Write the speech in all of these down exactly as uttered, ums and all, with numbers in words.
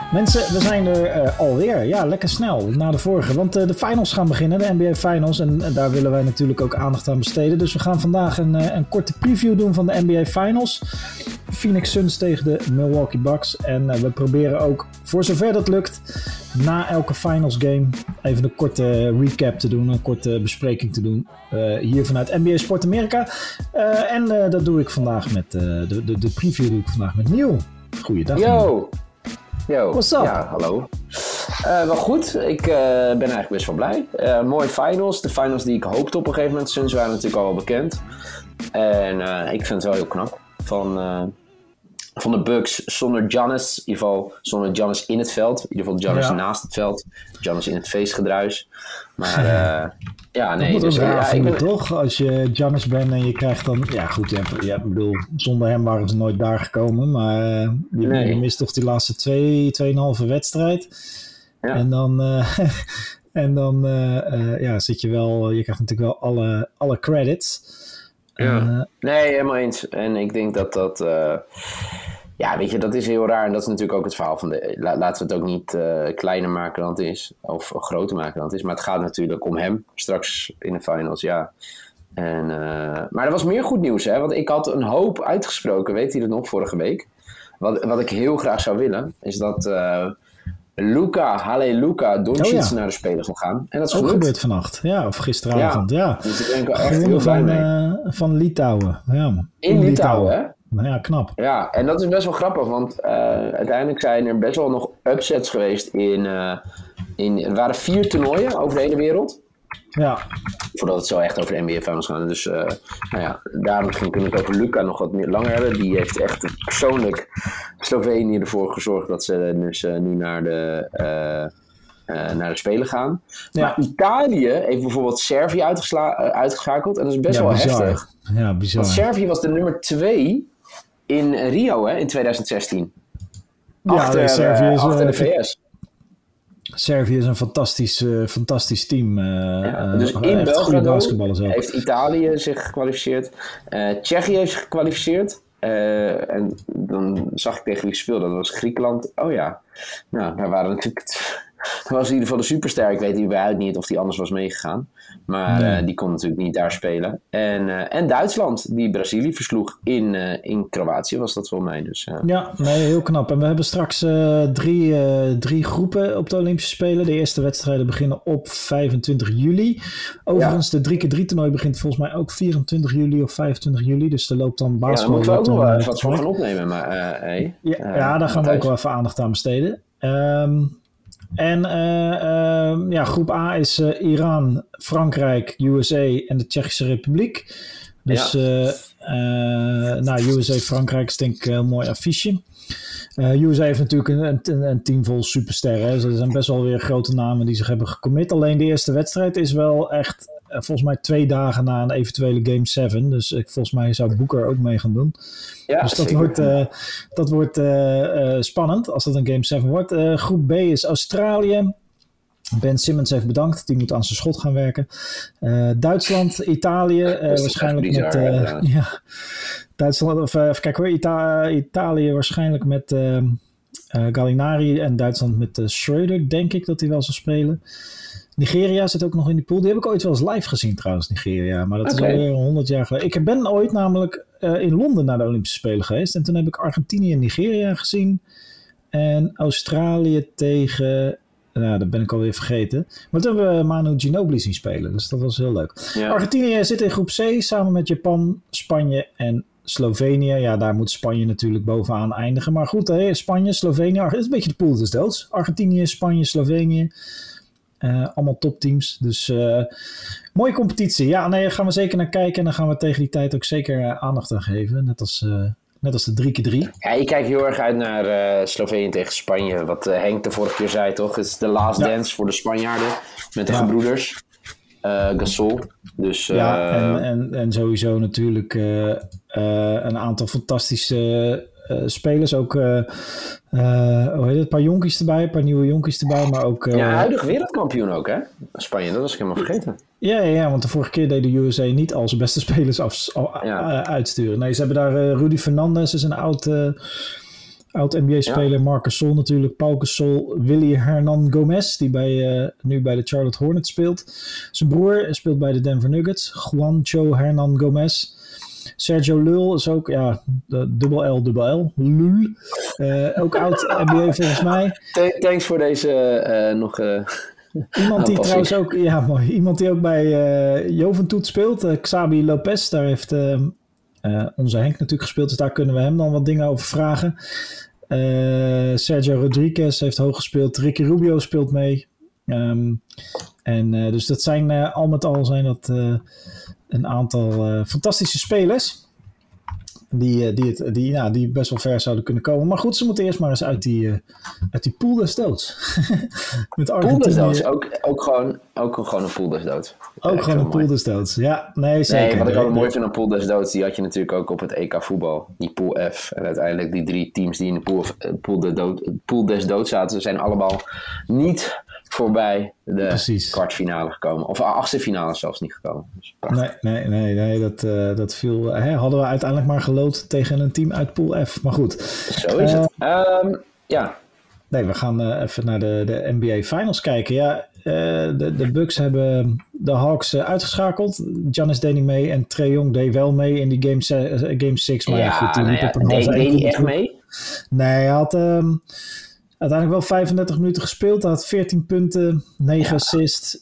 Mensen, we zijn er uh, alweer. Ja, lekker snel na de vorige. Want uh, de finals gaan beginnen, de N B A Finals. En uh, daar willen wij natuurlijk ook aandacht aan besteden. Dus we gaan vandaag een, uh, een korte preview doen van de N B A Finals. Phoenix Suns tegen de Milwaukee Bucks. En uh, we proberen ook, voor zover dat lukt, na elke finals game even een korte recap te doen. Een korte bespreking te doen. Uh, hier vanuit N B A Sport Amerika. Uh, en uh, dat doe ik vandaag met, uh, de, de, de preview doe ik vandaag met Neil. Goeiedag. Yo! Yo. What's up? Ja, hallo. Uh, wel goed, ik uh, ben eigenlijk best wel blij. Uh, mooie finals, de finals die ik hoopte op een gegeven moment. Suns waren natuurlijk al wel bekend. En uh, ik vind het wel heel knap. Van, uh, van de Bucks zonder Giannis, in ieder geval zonder Giannis in het veld. In ieder geval Giannis ja. naast het veld. Giannis in het feestgedruis. Maar uh, ja, nee. Dat moet dus, ook raar ja, vinden, ik ben... toch? Als je Giannis bent en je krijgt dan... Ja goed, je hebt, ja, ik bedoel, zonder hem waren ze nooit daar gekomen. Maar uh, je, nee. je mist toch die laatste twee, tweeënhalve wedstrijd. Ja. En dan... Uh, en dan uh, uh, ja, zit je wel... Je krijgt natuurlijk wel alle, alle credits. Ja. Uh, nee, helemaal eens. En ik denk dat dat... Uh, ja, weet je, dat is heel raar. En dat is natuurlijk ook het verhaal van de... La, laten we het ook niet uh, kleiner maken dan het is. Of groter maken dan het is. Maar het gaat natuurlijk om hem. Straks in de finals, ja. En, uh, maar er was meer goed nieuws, hè. Want ik had een hoop uitgesproken. Weet je het nog, vorige week? Wat, wat ik heel graag zou willen, is dat... Uh, Luka, Halleluka, Doncic oh ja. naar de Spelen zal gaan. En dat is ook gebeurd vannacht, ja, of gisteravond, ja. ja. Dus ik denk wel echt heel blij mee. Uh, van Litouwen, ja. In, In Litouwen, Litouwen, hè? Nou ja, knap. Ja, en dat is best wel grappig, want uh, uiteindelijk zijn er best wel nog upsets geweest in... Uh, in er waren vier toernooien over de hele wereld. Ja. Voordat het zo echt over de N B A Finals gaat. Dus uh, nou ja, daar misschien kunnen we het over Luka nog wat meer langer hebben. Die heeft echt persoonlijk Slovenië ervoor gezorgd dat ze dus uh, nu naar de, uh, uh, naar de Spelen gaan. Ja. Maar Italië heeft bijvoorbeeld Servië uitgesla- uh, uitgeschakeld. En dat is best ja, wel bizar. heftig. Ja, bizar. Want Servië was de nummer twee in Rio hè, in twintig zestien. Ja, achter, nee, Servië is, uh, achter de uh, V S. Servië is een fantastisch, uh, fantastisch team. Uh, ja, dus uh, in Belgrado heeft Italië zich gekwalificeerd. Uh, Tsjechië heeft zich gekwalificeerd. Uh, en dan zag ik tegen wie speelde. Dat was Griekenland. Oh ja. Nou, daar waren natuurlijk... T- dat was in ieder geval de superster. Ik weet überhaupt niet of die anders was meegegaan. Maar nee. uh, die kon natuurlijk niet daar spelen. En, uh, en Duitsland, die Brazilië versloeg in, uh, in Kroatië, was dat voor mij. Dus, uh... Ja, nee, heel knap. En we hebben straks uh, drie, uh, drie groepen op de Olympische Spelen. De eerste wedstrijden beginnen op vijfentwintig juli. Overigens, ja. de drie keer drie toernooi begint volgens mij ook vierentwintig juli of vijfentwintig juli. Dus er loopt dan basketbal. Ja, dan moeten we ook nog uh, wat voor gaan opnemen. Maar, uh, hey, ja, uh, ja, daar gaan we ook wel even aandacht aan besteden. Um, En uh, uh, ja, groep A is uh, Iran, Frankrijk, U S A en de Tsjechische Republiek. Dus ja. uh, uh, nou, U S A, Frankrijk is denk ik een heel mooi affiche. Uh, U S A heeft natuurlijk een, een, een team vol supersterren. Dus er zijn best wel weer grote namen die zich hebben gecommit. Alleen de eerste wedstrijd is wel echt uh, volgens mij twee dagen na een eventuele Game zeven. Dus uh, volgens mij zou Booker ook mee gaan doen. Ja, dus dat zeker. wordt, uh, dat wordt uh, uh, spannend als dat een Game zeven wordt. Uh, groep B is Australië. Ben Simmons heeft bedankt. Die moet aan zijn schot gaan werken. Uh, Duitsland, Italië. Uh, waarschijnlijk bizar, met... Uh, ja. ja, Duitsland, of uh, even kijken hoor. Ita- Italië waarschijnlijk met uh, uh, Gallinari. En Duitsland met uh, Schreuder, denk ik dat hij wel zal spelen. Nigeria zit ook nog in die pool. Die heb ik ooit wel eens live gezien trouwens, Nigeria. Maar dat okay. is alweer honderd jaar geleden. Ik ben ooit namelijk uh, in Londen naar de Olympische Spelen geweest. En toen heb ik Argentinië en Nigeria gezien. En Australië tegen... Nou, dat ben ik alweer vergeten. Maar toen hebben we Manu Ginobili zien spelen. Dus dat was heel leuk. Ja. Argentinië zit in groep C samen met Japan, Spanje en Slovenië. Ja, daar moet Spanje natuurlijk bovenaan eindigen. Maar goed, hè, Spanje, Slovenië. Het is een beetje de pool des doods. Argentinië, Spanje, Slovenië. Uh, allemaal topteams. Dus uh, mooie competitie. Ja, nee, daar gaan we zeker naar kijken. En dan gaan we tegen die tijd ook zeker uh, aandacht aan geven. Net als... Uh, Net als de drie keer drie. Ja, ik kijk heel erg uit naar uh, Slovenië tegen Spanje. Wat uh, Henk de vorige keer zei, toch? Het is de last ja. dance voor de Spanjaarden. Met de ja. gebroeders. Uh, Gasol. Dus, uh, ja, en, en, en sowieso natuurlijk uh, uh, een aantal fantastische uh, spelers. Ook uh, uh, hoe heet het? Een paar jonkies erbij. Een paar nieuwe jonkies erbij. Maar ook, uh, ja, huidig wereldkampioen ook, hè? Spanje, dat was ik helemaal vergeten. Ja, ja, ja, want de vorige keer deed de U S A niet al zijn beste spelers af, al, ja. uh, uitsturen. Nee, ze hebben daar uh, Rudy Fernandez, is een oud, uh, Oud-N B A-speler ja. Marc Gasol natuurlijk. Pau Gasol, Willy Hernan Gomez, die bij, uh, nu bij de Charlotte Hornets speelt. Zijn broer speelt bij de Denver Nuggets. Juancho Hernan Gomez. Sergio Lul is ook, ja, dubbel L, dubbel L. Lul. Uh, ook oud-N B A volgens mij. Thanks voor deze uh, nog... Uh... Iemand die trouwens ook, ja mooi, iemand die ook bij uh, Joventut speelt, uh, Xabi Lopez, daar heeft uh, uh, onze Henk natuurlijk gespeeld, dus daar kunnen we hem dan wat dingen over vragen. Uh, Sergio Rodriguez heeft hoog gespeeld, Ricky Rubio speelt mee. Um, en uh, dus dat zijn uh, al met al zijn dat uh, een aantal uh, fantastische spelers. Die, die, het, die, ja, die best wel ver zouden kunnen komen. Maar goed, ze moeten eerst maar eens uit die, uh, uit die pool des doods. Met Argentinië. Pool des doods, ook, ook, gewoon, ook gewoon een pool des doods. Ook ja, gewoon een pool des doods, ja. Nee, zeker. Nee, wat ik wel mooi vind aan pool des doods, die had je natuurlijk ook op het E K voetbal. Die pool F. En uiteindelijk die drie teams die in de pool, pool, de dood, pool des doods zaten, zijn allemaal niet voorbij de Precies. kwartfinale gekomen. Of achtste finale zelfs niet gekomen. Dus nee, nee, nee, nee, dat, uh, dat viel... Hè, hadden we uiteindelijk maar geloot tegen een team uit Pool F. Maar goed. Zo is uh, het. Um, ja. Nee, we gaan uh, even naar de, de N B A Finals kijken. Ja, uh, de, de Bucks hebben de Hawks uh, uitgeschakeld. Giannis deed niet mee en Trae Young deed wel mee in die game, se- uh, game six. Maar ja, goed, die nou liep ja, op een deed, deed hij echt mee? Nee, hij had... Um, uiteindelijk wel vijfendertig minuten gespeeld. Hij had veertien punten, negen ja. assists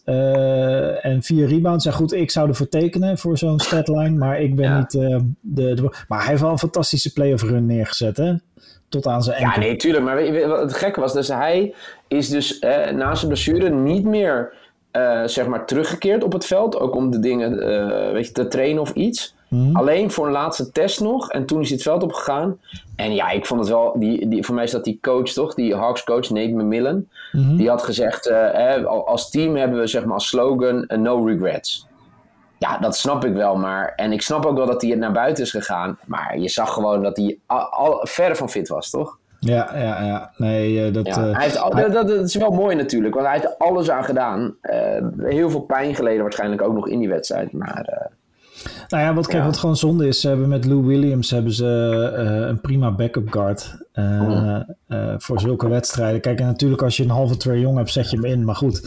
uh, en vier rebounds. Ja goed, ik zou ervoor tekenen voor zo'n statline. Maar ik ben ja. niet uh, de, de... Maar hij heeft wel een fantastische playoff run neergezet, hè? Tot aan zijn enkel. Ja, nee, tuurlijk. Maar weet je, wat het gekke was, dus hij is dus eh, na zijn blessure niet meer uh, zeg maar teruggekeerd op het veld. Ook om de dingen uh, weet je, te trainen of iets. Mm-hmm. Alleen voor een laatste test nog. En toen is hij het veld opgegaan. En ja, ik vond het wel... Die, die, voor mij is dat die coach, toch? Die Hawks coach, Nate McMillan. Mm-hmm. Die had gezegd... Uh, eh, als team hebben we zeg maar als slogan... Uh, no regrets. Ja, dat snap ik wel. Maar, en ik snap ook wel dat hij naar buiten is gegaan. Maar je zag gewoon dat hij al, al verre van fit was, toch? Ja, ja, ja. Nee, uh, dat... Ja, uh, hij heeft al, hij... dat, dat is wel mooi natuurlijk. Want hij heeft er alles aan gedaan. Uh, heel veel pijn geleden waarschijnlijk ook nog in die wedstrijd. Maar... Uh, Nou ja, wat, kijk, ja. wat gewoon zonde is, ze hebben met Lou Williams hebben ze uh, een prima backup guard uh, oh. uh, voor zulke wedstrijden. Kijk, en natuurlijk als je een halve Trae Young hebt, zet je hem in. Maar goed,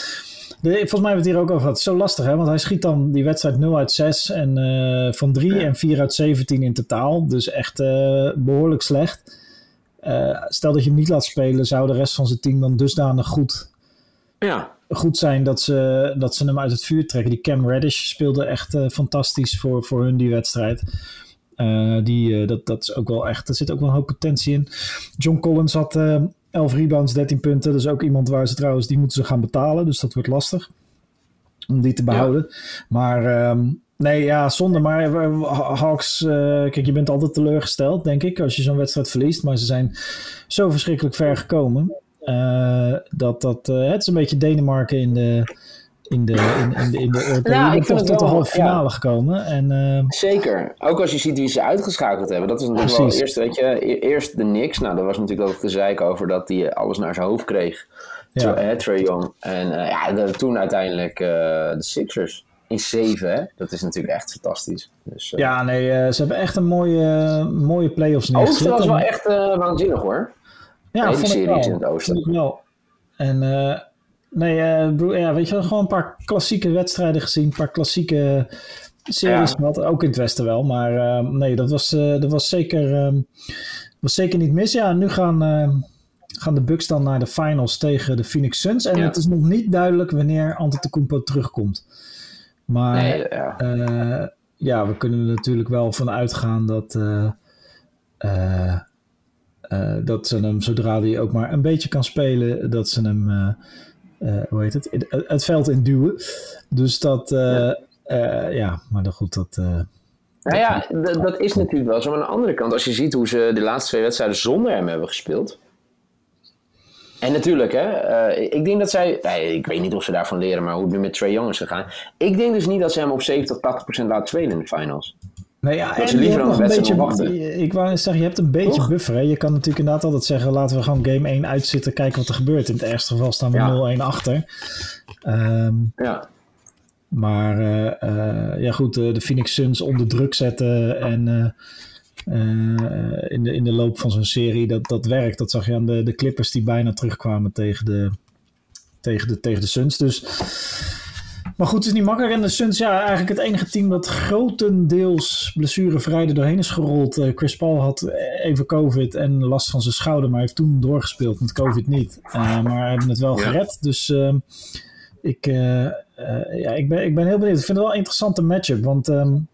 de, volgens mij hebben we het hier ook over gehad. Het is zo lastig, hè? Want hij schiet dan die wedstrijd nul uit zes en, uh, van drie ja. en vier uit zeventien in totaal. Dus echt uh, behoorlijk slecht. Uh, stel dat je hem niet laat spelen, zou de rest van zijn team dan dusdanig goed... Ja. goed zijn dat ze, dat ze hem uit het vuur trekken. Die Cam Reddish speelde echt uh, fantastisch voor, voor hun die wedstrijd. Uh, die, uh, dat, dat is ook wel echt, er zit ook wel een hoop potentie in. John Collins had uh, elf rebounds, dertien punten. Dat is ook iemand waar ze trouwens, die moeten ze gaan betalen. Dus dat wordt lastig om die te behouden. Ja. Maar um, nee, ja, zonde. Maar uh, Hawks, uh, kijk, je bent altijd teleurgesteld, denk ik, als je zo'n wedstrijd verliest. Maar ze zijn zo verschrikkelijk ver gekomen. Uh, dat, dat, uh, het is een beetje Denemarken in de in de in, in de in de Europese ja, toch tot de halve finale ja. gekomen en uh, zeker, ook als je ziet wie ze uitgeschakeld hebben, dat is natuurlijk precies. wel eerst, weet je, eerst de Knicks. Nou, dat was natuurlijk ook te zeiken over dat hij alles naar zijn hoofd kreeg, ja. Trae, Trae Young en uh, ja, de, toen uiteindelijk uh, de Sixers in zeven, hè? Dat is natuurlijk echt fantastisch. Dus, uh, ja, nee, uh, ze hebben echt een mooie mooie playoffs neergezet. Oosten was wel echt uh, waanzinnig, hoor. Ja, nee, vond, ik wel, in het oosten. vond ik wel. En uh, nee, uh, bro, ja, weet je wel, gewoon een paar klassieke wedstrijden gezien, een paar klassieke series ja. gehad, ook in het westen wel, maar uh, nee, dat was, uh, dat was zeker, um, was zeker niet mis. Ja, nu gaan, uh, gaan de Bucks dan naar de finals tegen de Phoenix Suns en ja. het is nog niet duidelijk wanneer Antetokounmpo terugkomt. Maar nee, ja. Uh, ja, we kunnen er natuurlijk wel van uitgaan dat uh, uh, Uh, dat ze hem, zodra hij ook maar een beetje kan spelen, dat ze hem, uh, uh, hoe heet het, het, het veld induwen. Dus dat, uh, ja. Uh, ja, maar dan goed, dat... Uh, nou ja, d- dat is natuurlijk wel zo. Maar aan de andere kant, als je ziet hoe ze de laatste twee wedstrijden zonder hem hebben gespeeld. En natuurlijk, hè, uh, ik denk dat zij, nee, ik weet niet of ze daarvan leren, maar hoe het nu met Trae Young is gegaan. Ik denk dus niet dat ze hem op zeventig tot tachtig procent laten spelen in de finals. Nee, ja, en je hebt nog een beetje, ik wou zeggen, je hebt een beetje Toch? buffer. Hè? Je kan natuurlijk inderdaad altijd zeggen, laten we gewoon game één uitzitten, kijken wat er gebeurt. In het ergste geval staan we ja. nul-één achter. Um, ja. Maar uh, uh, ja goed, uh, de Phoenix Suns onder druk zetten en uh, in, de, in de loop van zo'n serie. Dat, dat werkt. Dat zag je aan de, de Clippers die bijna terugkwamen tegen de, tegen de, tegen de Suns. Dus... Maar goed, het is niet makkelijk. En de Suns, ja, eigenlijk het enige team dat grotendeels blessurevrij er doorheen is gerold. Uh, Chris Paul had even COVID en last van zijn schouder, maar heeft toen doorgespeeld met COVID niet. Uh, maar hebben het wel ja. gered. Dus uh, ik, uh, uh, ja, ik, ben, ik ben heel benieuwd. Ik vind het wel een interessante matchup, want... Um,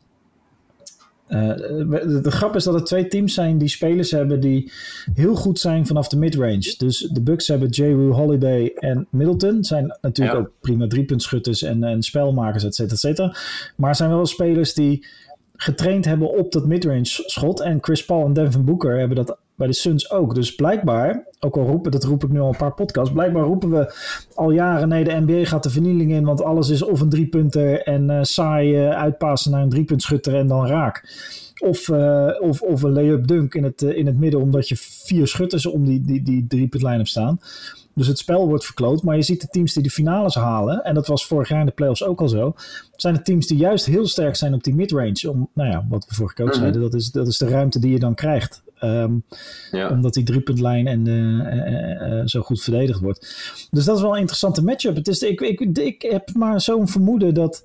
Uh, de, de grap is dat er twee teams zijn die spelers hebben die heel goed zijn vanaf de midrange. Dus de Bucks hebben Jrue Holiday en Middleton. Zijn natuurlijk ja. ook prima driepuntschutters en, en spelmakers, et cetera, et cetera. Maar zijn wel spelers die getraind hebben op dat midrange schot. En Chris Paul en Devin Booker hebben dat bij de Suns ook. Dus blijkbaar, ook al roepen, dat roep ik nu al een paar podcasts, blijkbaar roepen we al jaren, nee, de N B A gaat de vernieling in, want alles is of een driepunter en uh, saai uh, uitpassen naar een driepuntschutter en dan raak. Of, uh, of, of een lay-up dunk in het, uh, in het midden, omdat je vier schutters om die, die, die driepuntlijn hebt staan. Dus het spel wordt verkloot, maar je ziet de teams die de finales halen, en dat was vorig jaar in de playoffs ook al zo, zijn de teams die juist heel sterk zijn op die midrange. Om, nou ja, wat we vorige keer ook mm-hmm. zeiden, dat is, dat is de ruimte die je dan krijgt. Um, ja. Omdat die driepuntlijn en uh, uh, uh, zo goed verdedigd wordt. Dus dat is wel een interessante matchup. Het is, ik, ik, ik heb maar zo'n vermoeden dat,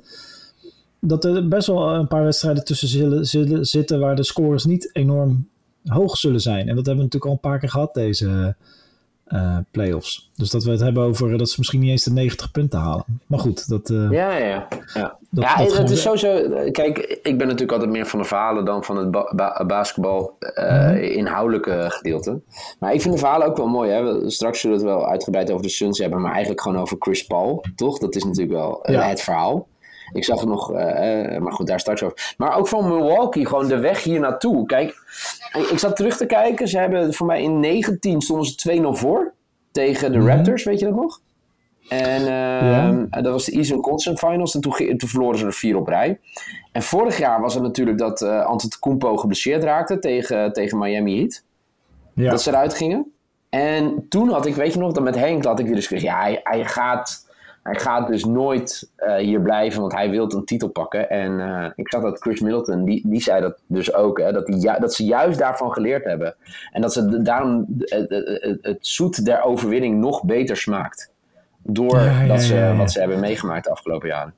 dat er best wel een paar wedstrijden tussen zullen, zullen zitten waar de scores niet enorm hoog zullen zijn. En dat hebben we natuurlijk al een paar keer gehad deze uh, playoffs. Dus dat we het hebben over dat ze misschien niet eens de negentig punten halen. Maar goed, dat... Uh, ja, ja, ja. Dat, ja, dat, dat is sowieso... Kijk, ik ben natuurlijk altijd meer van de verhalen dan van het ba- ba- basketbal uh, mm-hmm. inhoudelijke gedeelte. Maar ik vind de verhalen ook wel mooi. Hè? Straks zullen we het wel uitgebreid over de Suns hebben, maar eigenlijk gewoon over Chris Paul, toch? Dat is natuurlijk wel uh, ja. het verhaal. Ik zag het nog, uh, uh, maar goed, daar straks over. Maar ook van Milwaukee, gewoon de weg hier naartoe. Kijk, ik zat terug te kijken. Ze hebben voor mij in negentien stonden ze twee nul voor tegen de mm-hmm. Raptors, weet je dat nog? En uh, ja. dat was de Eastern Conference Finals. En toen, toen verloren ze er vier op rij. En vorig jaar was het natuurlijk dat uh, Antetokounmpo geblesseerd raakte tegen, tegen Miami Heat. Ja. Dat ze eruit gingen. En toen had ik, weet je nog, dat met Henk had ik die discussie. Ja, hij, hij, gaat, hij gaat dus nooit uh, hier blijven, want hij wil een titel pakken. En uh, ik zag dat Chris Middleton, die, die zei dat dus ook. Hè, dat, die, ju- dat ze juist daarvan geleerd hebben. En dat ze daarom het, het, het zoet der overwinning nog beter smaakt. Door ja, ja, dat ze, ja, ja. wat ze hebben meegemaakt de afgelopen jaren.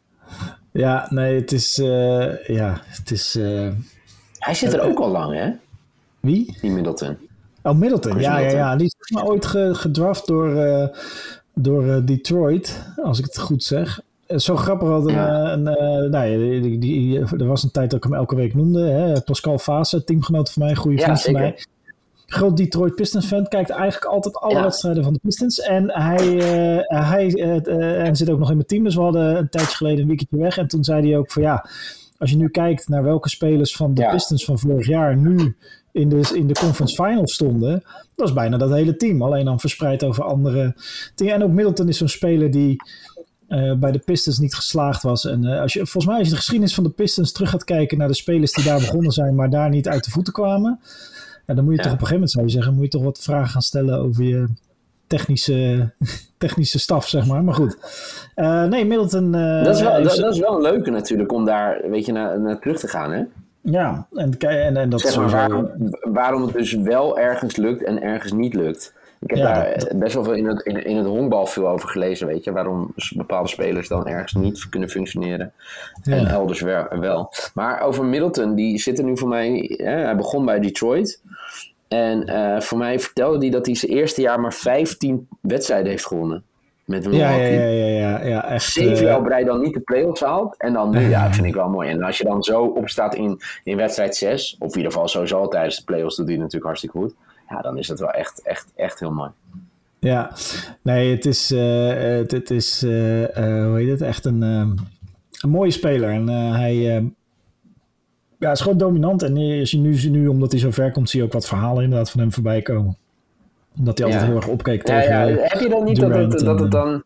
Ja, nee, het is... Uh, ja, het is... Uh, hij zit er uh, ook al lang, hè? Wie? Die Middleton. Oh, Middleton, Chris ja, Middleton. ja, ja. Die is maar ooit ge, gedraft door, uh, door uh, Detroit, als ik het goed zeg. Uh, zo grappig had een... Ja. een uh, nou, die, die, er was een tijd dat ik hem elke week noemde. Hè? Pascal Vase, teamgenoot van mij, goede vriend ja, van mij. Groot Detroit Pistons fan, kijkt eigenlijk altijd alle ja. wedstrijden van de Pistons. En hij, uh, hij uh, uh, en zit ook nog in mijn team. Dus we hadden een tijdje geleden een weekendje weg. En toen zei hij ook van ja, als je nu kijkt naar welke spelers van de ja. Pistons van vorig jaar nu in de, in de conference finals stonden. Dat is bijna dat hele team. Alleen dan verspreid over andere dingen. En ook Middleton is zo'n speler die uh, bij de Pistons niet geslaagd was. En uh, als je, volgens mij als je de geschiedenis van de Pistons terug gaat kijken naar de spelers die daar begonnen zijn, maar daar niet uit de voeten kwamen. Ja, dan moet je ja. toch op een gegeven moment, zou je zeggen, moet je toch wat vragen gaan stellen over je technische, technische staf, zeg maar. Maar goed. Uh, nee, Middleton... Uh, dat, is wel, dat, dat is wel een leuke natuurlijk, om daar, weet je, naar, naar terug te gaan, hè? Ja, en, en, en dat zeg maar, sowieso... waarom, waarom het dus wel ergens lukt en ergens niet lukt. Ik heb ja, daar dat, best wel veel in het, in, in het honkbal veel over gelezen, weet je. Waarom bepaalde spelers dan ergens niet kunnen functioneren. Ja. En elders wel. Maar over Middleton, die zit er nu voor mij... Hè, hij begon bij Detroit. En uh, voor mij vertelde hij dat hij zijn eerste jaar maar vijftien wedstrijden heeft gewonnen. Met Milwaukee. Ja, ja, ja, ja, ja, echt. Zeven jaar op rij dan niet de play-offs haalt. En dan nu, ja, dat vind ik wel mooi. En als je dan zo opstaat in, in wedstrijd zes... of in ieder geval sowieso tijdens de play-offs doet hij natuurlijk hartstikke goed... ja, dan is het wel echt, echt, echt heel mooi. Ja, nee, het is, uh, het, het is uh, uh, hoe heet het, echt een, uh, een mooie speler. En uh, hij uh, ja, is gewoon dominant. En als je nu, nu, omdat hij zo ver komt, zie je ook wat verhalen inderdaad van hem voorbij komen. Omdat hij altijd ja. heel erg opkeek ja, tegen... Ja. Heb je dan niet dat het, dat het dan...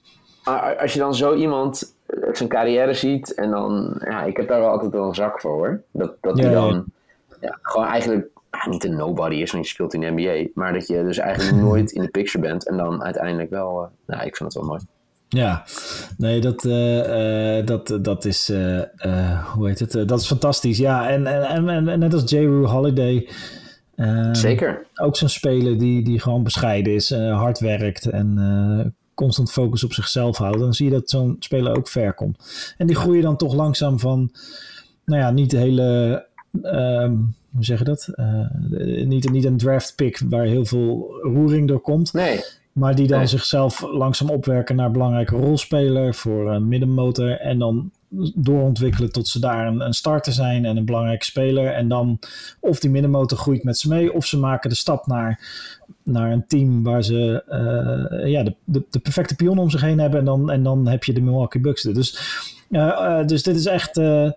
Als je dan zo iemand zijn carrière ziet en dan... Ja, ik heb daar wel altijd wel een zak voor, hoor. Dat, dat ja, hij dan ja. Ja, gewoon eigenlijk... Ja, niet een nobody is, want je speelt in de N B A. Maar dat je dus eigenlijk nooit in de picture bent. En dan uiteindelijk wel... Uh, nou, ik vind het wel mooi. Ja, nee, dat, uh, uh, dat, dat is, uh, uh, hoe heet het, uh, dat is fantastisch. Ja, en, en, en, en net als J. Rue Holiday. Uh, Zeker. Ook zo'n speler die, die gewoon bescheiden is, uh, hard werkt en uh, constant focus op zichzelf houdt. Dan zie je dat zo'n speler ook ver komt. En die groeien dan toch langzaam van, nou ja, niet de hele... Um, hoe zeg je dat? Uh, niet, niet een draft pick waar heel veel roering door komt. Nee. Maar die dan nee. zichzelf langzaam opwerken naar belangrijke rolspeler voor een middenmotor. En dan doorontwikkelen tot ze daar een, een starter zijn en een belangrijke speler. En dan of die middenmotor groeit met ze mee, of ze maken de stap naar, naar een team waar ze uh, ja, de, de, de perfecte pion om zich heen hebben. En dan, en dan heb je de Milwaukee Bucks. Dus, uh, uh, dus dit is echt... Uh,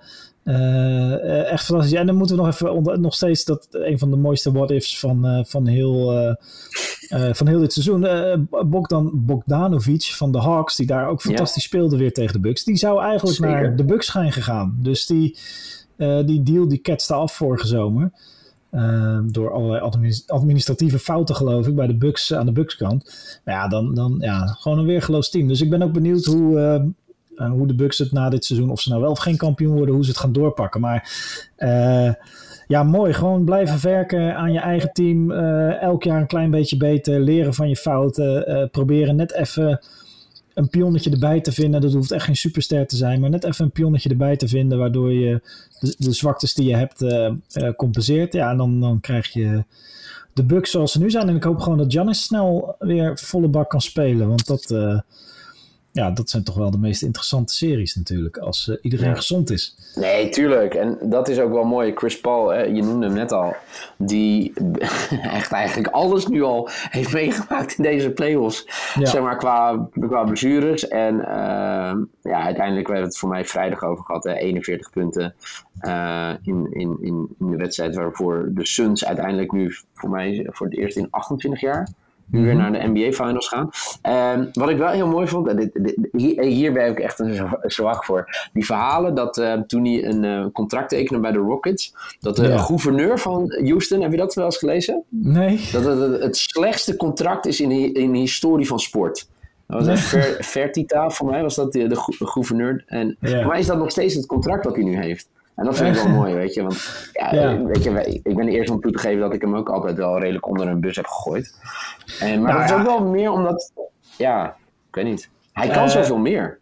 Uh, echt fantastisch. En dan moeten we nog even onder, nog steeds dat een van de mooiste what-ifs van, uh, van, heel, uh, uh, van heel dit seizoen. Uh, Bogdan Bogdanovic van de Hawks, die daar ook fantastisch ja. speelde weer tegen de Bucks. Die zou eigenlijk Zeker. naar de Bucks zijn gegaan. Dus die, uh, die deal die ketste af vorige zomer. Uh, door allerlei administratieve fouten geloof ik bij de Bucks aan de Bucks kant. Maar ja, dan, dan ja, gewoon een weergeloos team. Dus ik ben ook benieuwd hoe... Uh, Uh, hoe de Bucks het na dit seizoen, of ze nou wel of geen kampioen worden, hoe ze het gaan doorpakken. Maar uh, ja, mooi. Gewoon blijven werken aan je eigen team. Uh, elk jaar een klein beetje beter. Leren van je fouten. Uh, proberen net even een pionnetje erbij te vinden. Dat hoeft echt geen superster te zijn, maar net even een pionnetje erbij te vinden, waardoor je de, de zwaktes die je hebt uh, uh, compenseert. Ja, en dan, dan krijg je de Bucks zoals ze nu zijn. En ik hoop gewoon dat Giannis snel weer volle bak kan spelen, want dat... Uh, Ja, dat zijn toch wel de meest interessante series natuurlijk, als uh, iedereen ja. gezond is. Nee, tuurlijk. En dat is ook wel mooi. Chris Paul, hè, je noemde hem net al, die echt eigenlijk alles nu al heeft meegemaakt in deze playoffs. Ja. Zeg maar qua, qua blessures. En uh, ja, uiteindelijk hebben we het voor mij vrijdag over gehad. Hè, eenenveertig punten uh, in, in, in, in de wedstrijd waarvoor de Suns uiteindelijk nu voor mij voor het eerst in achtentwintig jaar... nu weer naar de N B A Finals gaan. Um, wat ik wel heel mooi vond, dit, dit, hier, hier ben ik echt een zwak voor. Die verhalen dat uh, toen hij een uh, contract tekende bij de Rockets, dat de ja. gouverneur van Houston, heb je dat wel eens gelezen? Nee. Dat het het, het slechtste contract is in de, in de historie van sport. Dat was nee. Ver, Fertita, voor mij was dat de, de, go- de gouverneur. En ja. voor mij is dat nog steeds het contract dat hij nu heeft. En dat vind ik wel mooi, weet je. Want ja, ja. Weet je, ik ben de eerste om toe te geven dat ik hem ook altijd wel redelijk onder een bus heb gegooid. En, maar nou, dat is ook ja. wel meer omdat... Ja, ik weet niet. Hij kan uh, zoveel meer.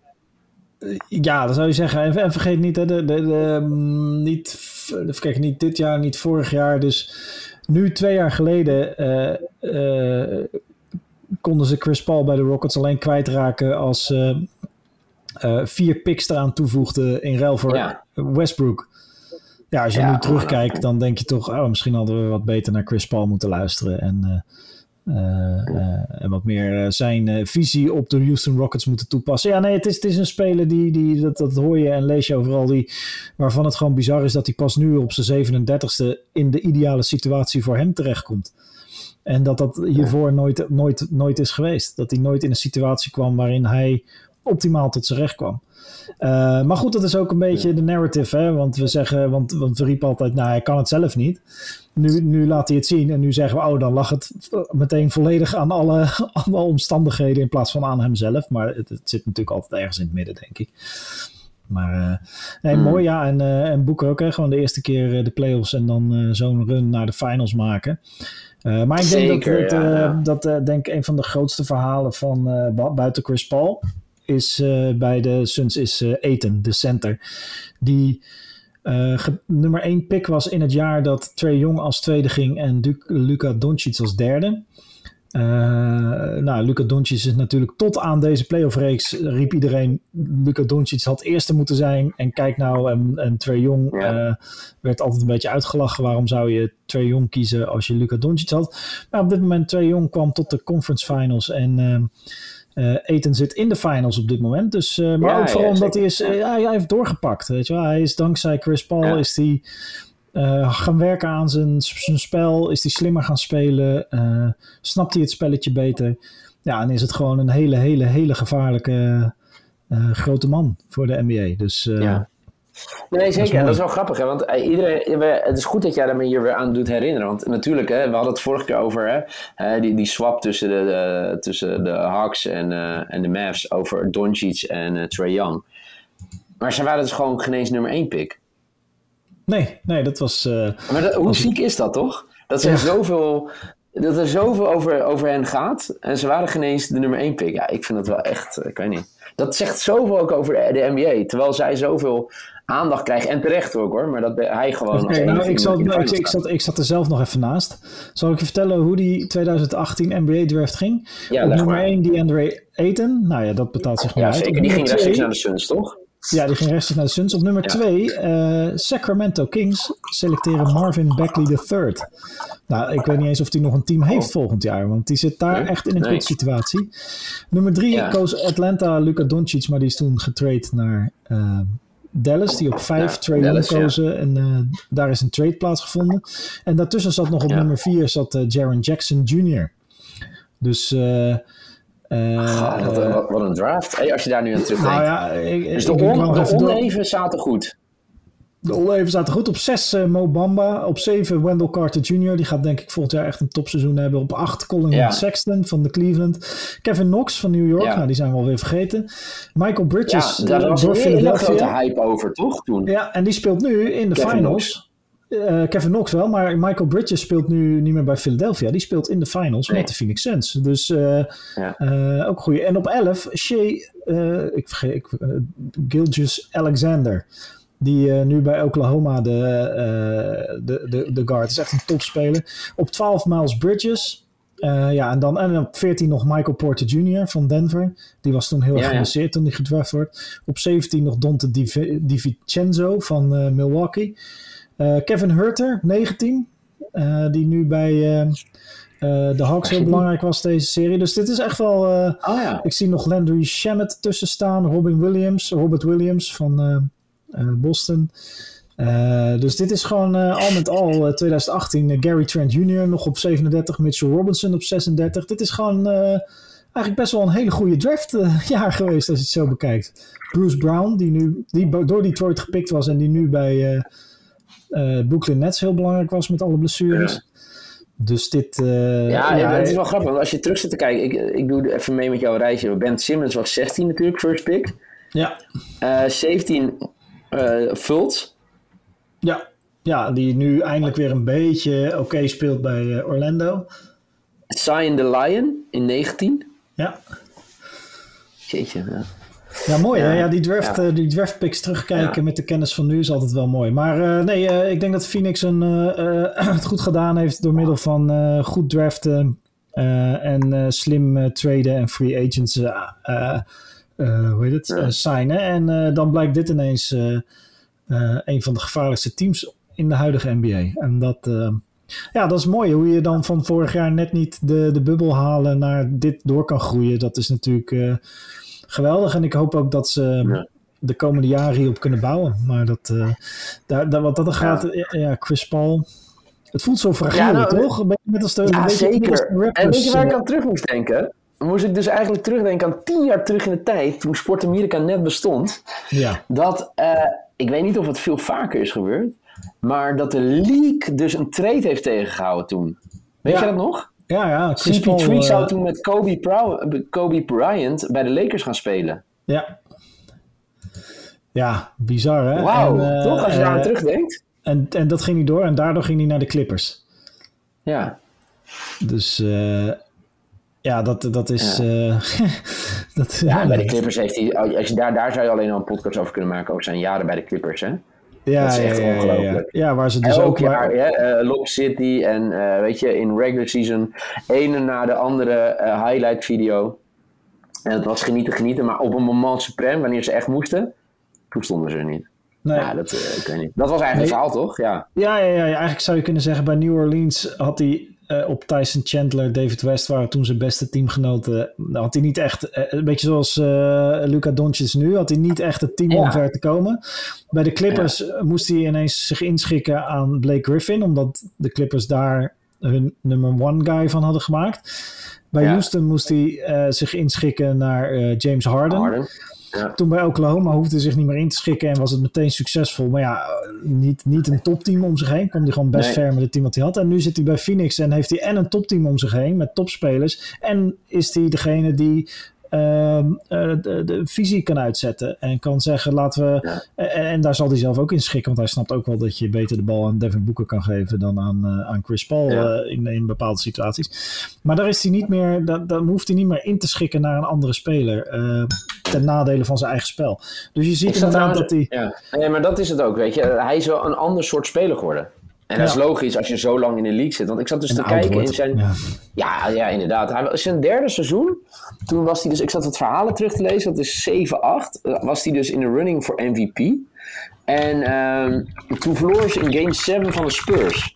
Ja, dat zou je zeggen. En, en vergeet niet, hè, de, de, de, niet, even kijken, niet dit jaar, niet vorig jaar. Dus nu twee jaar geleden uh, uh, konden ze Chris Paul bij de Rockets alleen kwijtraken als... Uh, Uh, vier picks eraan toevoegde in ruil voor ja. Westbrook. Ja, als je ja, nu terugkijkt, ja. dan denk je toch... Oh, misschien hadden we wat beter naar Chris Paul moeten luisteren. En, uh, uh, uh, en wat meer uh, zijn uh, visie op de Houston Rockets moeten toepassen. Ja, nee, het is, het is een speler die... die dat, dat hoor je en lees je overal. Die, waarvan het gewoon bizar is dat hij pas nu op zijn zevenendertigste... in de ideale situatie voor hem terechtkomt. En dat dat hiervoor nooit, nooit, nooit is geweest. Dat hij nooit in een situatie kwam waarin hij... optimaal tot zijn recht kwam. Uh, maar goed, dat is ook een beetje ja. de narrative, hè? Want we zeggen, want, want we riepen altijd, nou, hij kan het zelf niet. Nu, nu laat hij het zien en nu zeggen we, oh, dan lag het meteen volledig aan alle, alle omstandigheden in plaats van aan hemzelf. Maar het, het zit natuurlijk altijd ergens in het midden, denk ik. Maar uh, nee, mm. mooi, ja. En, uh, en Booker ook, hè? Gewoon de eerste keer uh, de playoffs en dan uh, zo'n run naar de finals maken. Uh, maar ik denk Zeker, dat, het, uh, ja. dat uh, denk ik een van de grootste verhalen van uh, buiten Chris Paul is uh, bij de Suns is uh, Ayton, de center. Die uh, ge- nummer één pick was in het jaar dat Trae Young als tweede ging en du- Luka Doncic als derde. Uh, nou, Luka Doncic is natuurlijk tot aan deze playoff-reeks riep iedereen Luka Doncic had eerste moeten zijn en kijk nou en, en Trae Young ja. uh, werd altijd een beetje uitgelachen. Waarom zou je Trae Young kiezen als je Luka Doncic had? Maar op dit moment Trae Young kwam tot de conference finals en uh, Uh, Ayton zit in de finals op dit moment. Dus, uh, maar ja, ook vooral ja, omdat hij, is, uh, ja, hij heeft doorgepakt. Weet je wel? Hij is dankzij Chris Paul ja. is hij uh, gaan werken aan zijn, zijn spel. Is hij slimmer gaan spelen. Uh, snapt hij het spelletje beter. Ja, en is het gewoon een hele, hele, hele gevaarlijke uh, grote man voor de N B A. Dus uh, ja. Nee, zeker. En dat dat is wel grappig, hè? Want uh, iedereen, we, het is goed dat jij daar me hier weer aan doet herinneren. Want natuurlijk, hè, we hadden het vorige keer over hè, uh, die, die swap tussen de, de, tussen de Hawks en, uh, en de Mavs over Doncic en uh, Trae Young. Maar ze waren dus gewoon geen eens nummer één pick. Nee, nee, dat was... Uh, maar dat, hoe was... ziek is dat, toch? Dat, ja. er, zoveel, dat er zoveel over, over hen gaat en ze waren geen eens de nummer één pick. Ja, ik vind dat wel echt... Ik weet niet. Dat zegt zoveel ook over de, de N B A. Terwijl zij zoveel aandacht krijgen. En terecht ook hoor. Maar dat hij gewoon... Okay, nou, ik, zat, nou, ik, ik, zat, ik zat er zelf nog even naast. Zal ik je vertellen hoe die twintig achttien N B A draft ging? Ja, op nummer maar. één DeAndre Ayton. Nou ja, dat betaalt zich niet ja, uit. Zeker. Die ging rechtstreeks naar de Suns, toch? Ja, die ging rechtstreeks naar de Suns. Op nummer twee, ja. uh, Sacramento Kings selecteren Marvin Bagley de derde. Nou, ik weet niet eens of hij nog een team heeft oh. volgend jaar. Want die zit daar nee? echt in een nee. kutsituatie. Nummer drie ja. koos Atlanta Luka Doncic. Maar die is toen getrade naar uh, Dallas. Die op vijf ja, Trae Young kozen. Ja. En uh, daar is een trade plaatsgevonden. En daartussen zat nog op ja. nummer vier zat uh, Jaren Jackson junior Dus... Uh, Uh, God, wat, wat, wat een draft. Hey, als je daar nu aan terugdenkt. Nou ja, ik, dus de, on, de oneven zaten goed. De oneven zaten goed. Op zes uh, Mo Bamba. Op zeven Wendell Carter junior Die gaat denk ik volgend jaar echt een topseizoen hebben. Op acht Colin ja. Sexton van de Cleveland. Kevin Knox van New York. Ja. Nou, die zijn we alweer vergeten. Michael Bridges ja, daar uh, was door een hele grote hype over, toch? Toen. Ja, en die speelt nu in de Kevin finals. Knox. Uh, Kevin Knox wel, maar Michael Bridges speelt nu niet meer bij Philadelphia. Die speelt in de finals nee. met de Phoenix Suns. Dus uh, ja. uh, ook goed. En op elf, Shea, uh, ik vergeet, ik, uh, Gilgeous-Alexander. Die uh, nu bij Oklahoma de, uh, de, de, de guard is. Echt een topspeler. Op twaalf Miles Bridges. Uh, ja, en dan en op veertien nog Michael Porter junior van Denver. Die was toen heel erg ja, geblesseerd ja. toen hij gedraft wordt. Op zeventien nog Dante Di, DiVincenzo van uh, Milwaukee. Uh, Kevin Huerter, negentien. Uh, die nu bij uh, uh, de Hawks heel belangrijk was deze serie. Dus dit is echt wel... Uh, oh, ja. Ik zie nog Landry Shamet tussen staan. Robin Williams, Robert Williams van uh, uh, Boston. Uh, dus dit is gewoon uh, al met al uh, twintig achttien. Uh, Gary Trent junior nog op zevenendertig. Mitchell Robinson op zesendertig. Dit is gewoon uh, eigenlijk best wel een hele goede draftjaar uh, geweest als je het zo bekijkt. Bruce Brown, die nu die door Detroit gepikt was en die nu bij... Uh, Uh, Brooklyn Nets heel belangrijk was met alle blessures. Ja. Dus dit... Uh, ja, ja, het is wel grappig. Want als je terug zit te kijken... Ik, ik doe even mee met jouw reisje. Ben Simmons was zestien natuurlijk, first pick. Ja. Uh, zeventien uh, Fultz. Ja. ja, die nu eindelijk weer een beetje oké okay speelt bij uh, Orlando. Zion the Lion in negentien. Ja. Jeetje, ja. Ja, mooi. Ja, hè? Ja, die draft, ja. Uh, die draft picks terugkijken ja. met de kennis van nu is altijd wel mooi. Maar uh, nee, uh, ik denk dat Phoenix een, uh, uh, het goed gedaan heeft door middel van uh, goed draften uh, en uh, slim uh, traden en free agents uh, uh, uh, hoe heet het? Ja. Uh, signen. En uh, dan blijkt dit ineens uh, uh, een van de gevaarlijkste teams in de huidige N B A. En dat... Uh, Ja, dat is mooi. Hoe je dan van vorig jaar net niet de, de bubbel halen naar dit door kan groeien. Dat is natuurlijk uh, geweldig. En ik hoop ook dat ze ja. de komende jaren hierop kunnen bouwen. Maar dat, uh, daar, daar, wat dat er gaat, ja. ja, Chris Paul. Het voelt zo fragiel, ja, nou, toch? Een beetje net als de, ja, een zeker. Als de Raptors, en weet je waar ik aan terug moest denken? Moest ik dus eigenlijk terugdenken aan tien jaar terug in de tijd, toen Sport Amerika net bestond. Ja. Dat, uh, ik weet niet of het veel vaker is gebeurd. Maar dat de league dus een trade heeft tegengehouden toen. Weet ja. je dat nog? Ja, ja. C P drie uh, zou toen met Kobe, Prou- Kobe Bryant bij de Lakers gaan spelen. Ja. Ja, bizar hè? Wauw, uh, toch? Als je daar aan uh, terugdenkt. En, en dat ging niet door en daardoor ging hij naar de Clippers. Ja. Dus uh, ja, dat, dat is... Ja, uh, dat, ja bij de Clippers heeft hij... Als je daar, daar zou je alleen al een podcast over kunnen maken over zijn jaren bij de Clippers, hè? Ja, dat is echt ja, ongelooflijk. Ja, ja, waar ze dus Elk ook... jaar, ja, uh, Lob City en uh, weet je, in regular season, ene na de andere uh, highlight video. En het was genieten, genieten, maar op een moment supreme, wanneer ze echt moesten, toen stonden ze er niet. Nee. Ja, dat, uh, ik weet niet. Dat was eigenlijk nee. het verhaal, toch? Ja. Ja, ja, ja, eigenlijk zou je kunnen zeggen, bij New Orleans had hij uh, op Tyson Chandler, David West waren toen zijn beste teamgenoten. Had hij niet echt, uh, een beetje zoals uh, Luka Doncic nu, had hij niet echt het team ja. om ver te komen. Bij de Clippers ja. moest hij ineens zich inschikken aan Blake Griffin, omdat de Clippers daar hun number one guy van hadden gemaakt. Bij ja. Houston moest hij uh, zich inschikken naar uh, James Harden. Harden. Ja. Toen bij Oklahoma hoefde hij zich niet meer in te schikken en was het meteen succesvol. Maar ja, niet, niet een topteam om zich heen. Kwam hij gewoon best nee. ver met het team wat hij had. En nu zit hij bij Phoenix en heeft hij en een topteam om zich heen met topspelers. En is hij degene die uh, uh, de, de visie kan uitzetten. En kan zeggen, laten we... Ja. En, en daar zal hij zelf ook in schikken. Want hij snapt ook wel dat je beter de bal aan Devin Booker kan geven dan aan, uh, aan Chris Paul ja. uh, in, in bepaalde situaties. Maar daar is hij niet meer... Daar, daar hoeft hij niet meer in te schikken naar een andere speler. Uh, ten nadele van zijn eigen spel. Dus je ziet inderdaad dat hij... Ja. Nee, maar dat is het ook, weet je. Hij is wel een ander soort speler geworden. En dat ja. is logisch als je zo lang in de league zit. Want ik zat dus en te kijken wordt. in zijn... Ja. Ja, ja, inderdaad. Hij, zijn derde seizoen, toen was hij dus... Ik zat wat verhalen terug te lezen, dat is zeven acht. Was hij dus in de running voor M V P. En um, toen verloor ze in game zeven van de Spurs.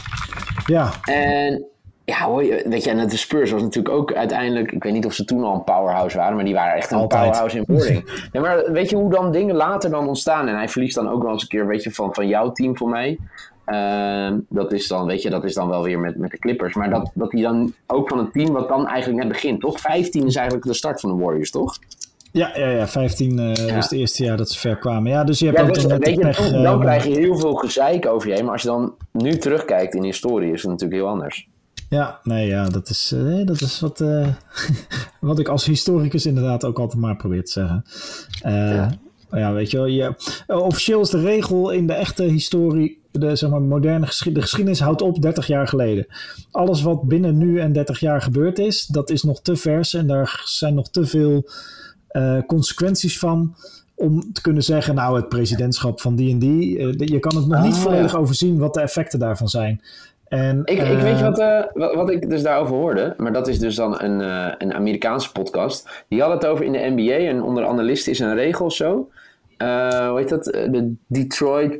Ja. En... Ja, hoor je, weet je, en de Spurs was natuurlijk ook uiteindelijk... Ik weet niet of ze toen al een powerhouse waren... maar die waren echt een Altijd. powerhouse in wording. Ja, maar weet je hoe dan dingen later dan ontstaan? En hij verliest dan ook wel eens een keer, weet je, van, van jouw team voor mij. Uh, dat is dan, weet je, dat is dan wel weer met, met de Clippers. Maar dat, dat hij dan ook van een team wat dan eigenlijk net begint, toch? vijftien is eigenlijk de start van de Warriors, toch? Ja, ja, ja vijftien uh, ja. was het eerste jaar dat ze ver kwamen. Ja, dus je hebt ja, dus, net weet je, pech, dan, dan uh, krijg je heel veel gezeik over je heen. Maar als je dan nu terugkijkt in historie, is het natuurlijk heel anders. Ja, nee, ja, dat is, uh, dat is wat, uh, wat ik als historicus inderdaad ook altijd maar probeer te zeggen. Uh, ja. ja, weet je wel, ja. Uh, officieel is de regel in de echte historie, de zeg maar, moderne geschied- de geschiedenis houdt op dertig jaar geleden. Alles wat binnen nu en dertig jaar gebeurd is, dat is nog te vers en daar zijn nog te veel uh, consequenties van om te kunnen zeggen, nou, het presidentschap van die en die, uh, je kan het nog ah, niet volledig ja. overzien wat de effecten daarvan zijn. En, ik, uh, ik weet je wat, uh, wat, wat ik dus daarover hoorde, maar dat is dus dan een, uh, een Amerikaanse podcast. Die had het over in de N B A en onder analisten is een regel of zo. Uh, hoe heet dat? De Detroit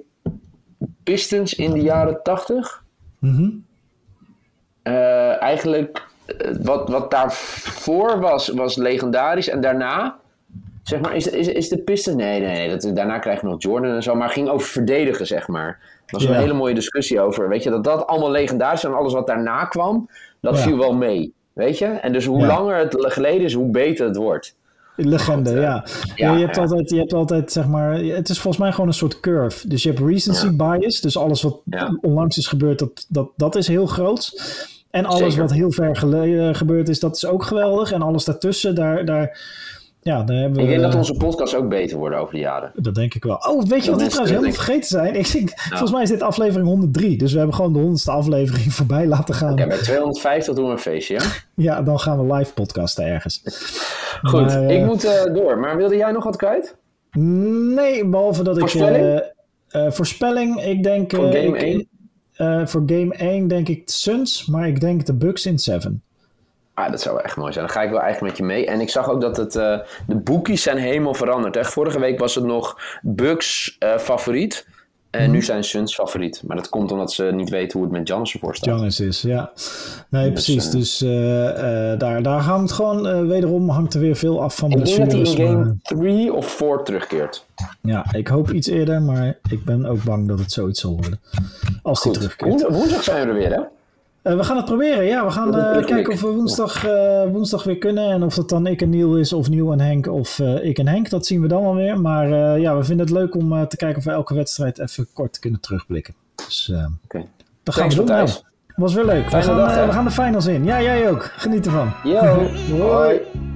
Pistons in de jaren tachtig. Mm-hmm. Uh, eigenlijk, uh, wat, wat daarvoor was, was legendarisch en daarna... Zeg maar, is, is, is de Pistons... Nee, nee, nee dat, daarna krijg je nog Jordan en zo, maar ging over verdedigen, zeg maar. Er was ja. een hele mooie discussie over, weet je, dat dat allemaal legendarisch is en alles wat daarna kwam, dat ja. viel wel mee, weet je. En dus hoe ja. langer het geleden is, hoe beter het wordt. Legende, ja. ja. ja je, hebt ja. altijd, je hebt altijd, zeg maar... Het is volgens mij gewoon een soort curve. Dus je hebt recency ja. bias, dus alles wat ja. onlangs is gebeurd, dat, dat, dat is heel groot. En alles Zeker. wat heel ver geleden gebeurd is, dat is ook geweldig. En alles daartussen, daar... daar Ja, daar hebben we, ik denk dat onze podcasts ook beter worden over de jaren. Dat denk ik wel. Oh, weet je wat we trouwens helemaal vergeten zijn? Ik denk, nou. Volgens mij is dit aflevering honderddrie. Dus we hebben gewoon de honderdste aflevering voorbij laten gaan. Oké, okay, bij tweehonderdvijftig doen we een feestje, ja? Ja, dan gaan we live podcasten ergens. Goed, maar, uh, ik moet uh, door. Maar wilde jij nog wat kwijt? Nee, behalve dat voorspelling? ik... Uh, uh, voorspelling? Ik denk... Voor uh, game ik, één? Uh, voor game één denk ik de Suns, maar ik denk de Bucks in zeven. Ah, dat zou wel echt mooi zijn. Dan ga ik wel eigenlijk met je mee. En ik zag ook dat het, uh, de bookies zijn helemaal veranderd. Echt, vorige week was het nog Bucks uh, favoriet. En hmm. nu zijn Suns favoriet. Maar dat komt omdat ze niet weten hoe het met Giannis ervoor staat. Giannis is, ja. Nee, dus, precies. Uh, dus uh, uh, daar, daar hangt gewoon, uh, wederom hangt er weer veel af van de blessures. Ik denk dat hij in game drie of vier terugkeert. Ja, ik hoop iets eerder. Maar ik ben ook bang dat het zoiets zal worden. Als hij terugkeert. Woensdag zijn we er weer, hè? Uh, we gaan het proberen, ja. We gaan uh, kijken of we woensdag, uh, woensdag weer kunnen. En of dat dan ik en Neil is, of Neil en Henk, of uh, ik en Henk. Dat zien we dan wel weer. Maar uh, ja, we vinden het leuk om uh, te kijken of we elke wedstrijd even kort kunnen terugblikken. Dus uh, okay. dat gaan we doen. Nou, was weer leuk. We gaan, uh, we gaan de finals in. Ja, jij ook. Geniet ervan. Yo, hoi.